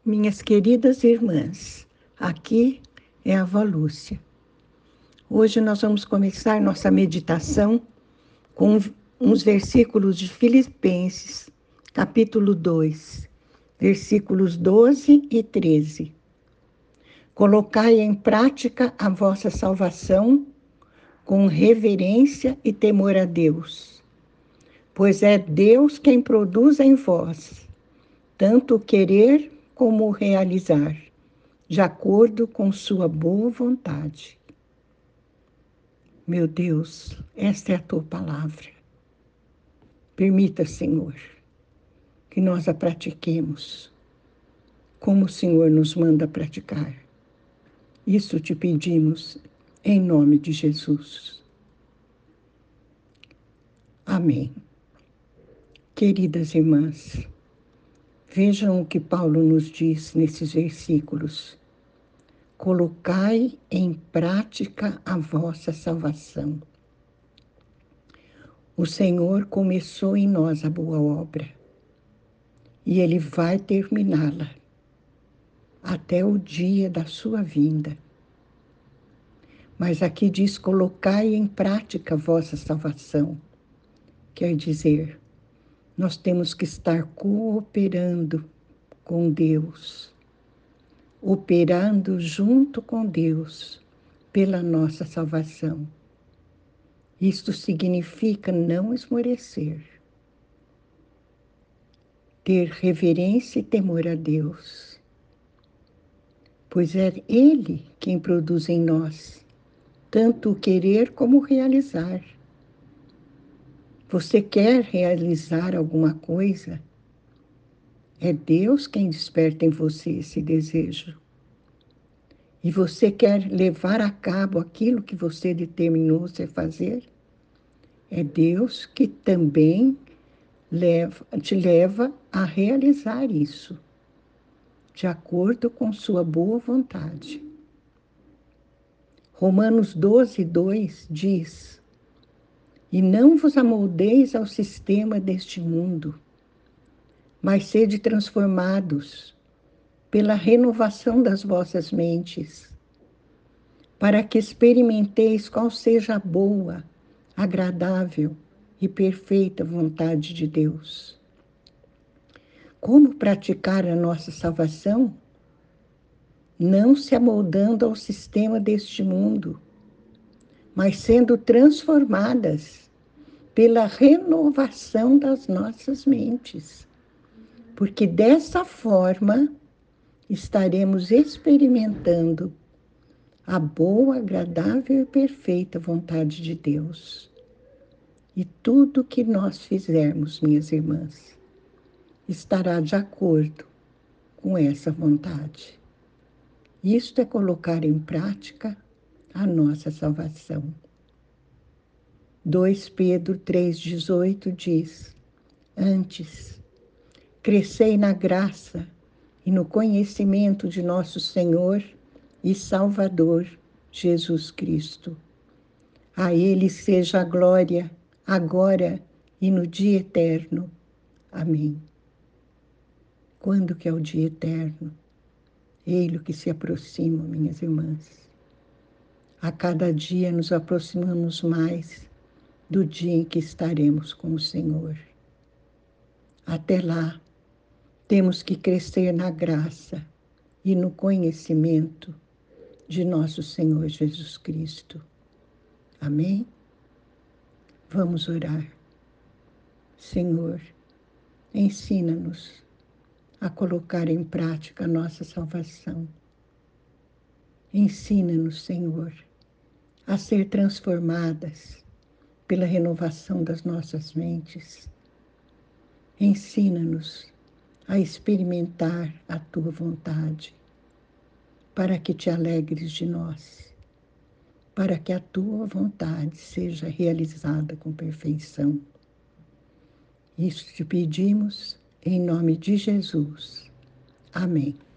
Minhas queridas irmãs, aqui é a avó Lúcia. Hoje nós vamos começar nossa meditação com uns versículos de Filipenses, capítulo 2, versículos 12 e 13. Colocai em prática a vossa salvação com reverência e temor a Deus, pois é Deus quem produz em vós, tanto o querer como o realizar, de acordo com sua boa vontade. Meu Deus, esta é a tua palavra. Permita, Senhor, que nós a pratiquemos como o Senhor nos manda praticar. Isso te pedimos em nome de Jesus. Amém. Queridas irmãs, vejam o que Paulo nos diz nesses versículos. Colocai em prática a vossa salvação. O Senhor começou em nós a boa obra e Ele vai terminá-la até o dia da sua vinda. Mas aqui diz, colocai em prática a vossa salvação. Quer dizer, nós temos que estar cooperando com Deus, operando junto com Deus pela nossa salvação. Isto significa não esmorecer, ter reverência e temor a Deus, pois é Ele quem produz em nós tanto o querer como o realizar. Você quer realizar alguma coisa? É Deus quem desperta em você esse desejo. E você quer levar a cabo aquilo que você determinou você fazer? É Deus que também te leva a realizar isso, de acordo com sua boa vontade. Romanos 12, 2 diz: E não vos amoldeis ao sistema deste mundo, mas sede transformados pela renovação das vossas mentes, para que experimenteis qual seja a boa, agradável e perfeita vontade de Deus. Como praticar a nossa salvação? Não se amoldando ao sistema deste mundo, mas sendo transformadas pela renovação das nossas mentes, porque dessa forma estaremos experimentando a boa, agradável e perfeita vontade de Deus. E tudo que nós fizermos, minhas irmãs, estará de acordo com essa vontade. Isto é colocar em prática a nossa salvação. 2 Pedro 3,18 diz: Antes, crescei na graça e no conhecimento de nosso Senhor e Salvador, Jesus Cristo. A Ele seja a glória, agora e no dia eterno. Amém. Quando que é o dia eterno? Ele que se aproxima, minhas irmãs. A cada dia nos aproximamos mais do dia em que estaremos com o Senhor. Até lá, temos que crescer na graça e no conhecimento de nosso Senhor Jesus Cristo. Amém? Vamos orar. Senhor, ensina-nos a colocar em prática a nossa salvação. Ensina-nos, Senhor, a ser transformadas pela renovação das nossas mentes. Ensina-nos a experimentar a Tua vontade, para que te alegres de nós, para que a Tua vontade seja realizada com perfeição. Isso te pedimos em nome de Jesus. Amém.